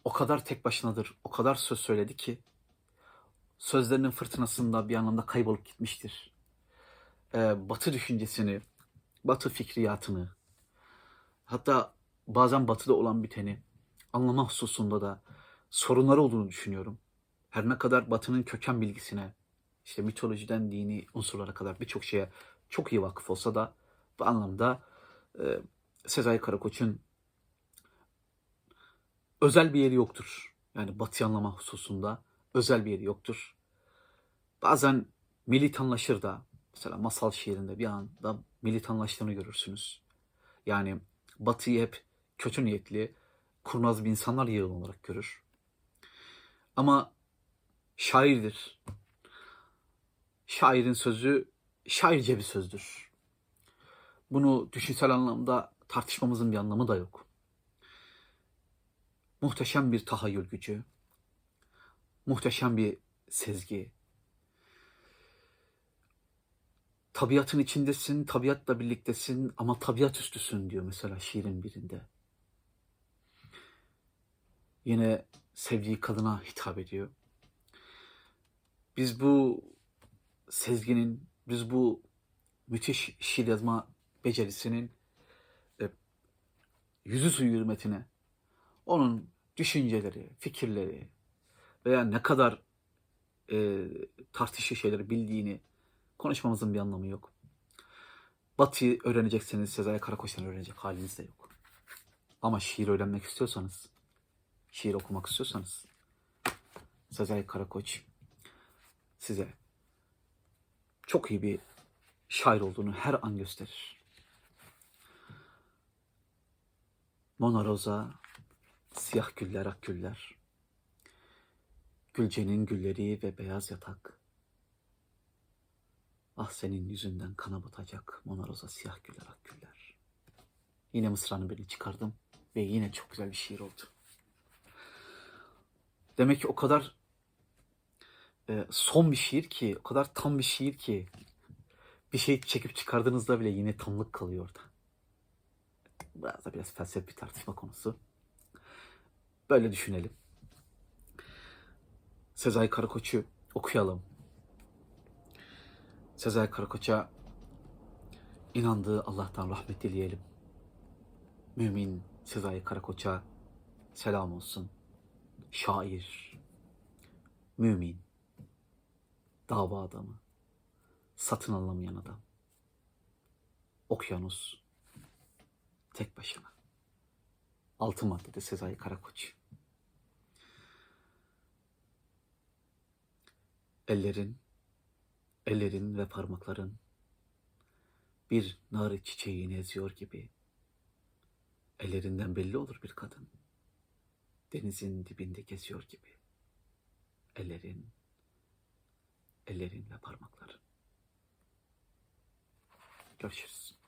o kadar tek başınadır, o kadar söz söyledi ki sözlerinin fırtınasında bir anlamda kaybolup gitmiştir. Batı düşüncesini, Batı fikriyatını, hatta bazen Batı'da olan biteni anlama hususunda da sorunları olduğunu düşünüyorum. Her ne kadar Batı'nın köken bilgisine, işte mitolojiden dini unsurlara kadar birçok şeye çok iyi vakıf olsa da bu anlamda e, Sezai Karakoç'un özel bir yeri yoktur. Yani Batı'yı anlama hususunda özel bir yeri yoktur. Bazen militanlaşır da, mesela masal şiirinde bir anda militanlaştığını görürsünüz. Yani Batı'yı hep kötü niyetli, kurnaz bir insanlar yığını olarak görür. Ama şairdir. Şairin sözü şairce bir sözdür. Bunu düşünsel anlamda tartışmamızın bir anlamı da yok. Muhteşem bir tahayyül gücü, muhteşem bir sezgi. Tabiatın içindesin, tabiatla birliktesin ama tabiat üstüsün diyor mesela şiirin birinde. Yine sevdiği kadına hitap ediyor. Biz bu sezginin, biz bu müthiş şiir yazma becerisinin e, yüzü suyu hürmetine onun düşünceleri, fikirleri veya ne kadar tartışıcı şeyleri bildiğini konuşmamızın bir anlamı yok. Batı'yı öğrenecekseniz Sezai Karakoç'tan öğrenecek haliniz de yok. Ama şiir öğrenmek istiyorsanız, şiir okumak istiyorsanız Sezai Karakoç size çok iyi bir şair olduğunu her an gösterir. Mona Rosa, siyah güller ak güller, Gülcenin gülleri ve beyaz yatak. Ah senin yüzünden kana batacak Mona Rosa siyah güller ak güller. Yine mısranın birini çıkardım ve yine çok güzel bir şiir oldu. Demek ki o kadar son bir şiir ki, o kadar tam bir şiir ki bir şey çekip çıkardığınızda bile yine tamlık kalıyor orada. Biraz felsefi bir tartışma konusu. Böyle düşünelim. Sezai Karakoç'u okuyalım. Sezai Karakoç'a inandığı Allah'tan rahmet dileyelim. Mümin Sezai Karakoç'a selam olsun. Şair, mümin, dava adamı, satın alınamayan adam. Okyanus, tek başına. Altı maddede Sezai Karakoç. Ellerin ve parmakların bir nar çiçeğini eziyor gibi. Ellerinden belli olur bir kadın. Denizin dibinde geziyor gibi. Ellerin ve parmakların. Görüşürüz.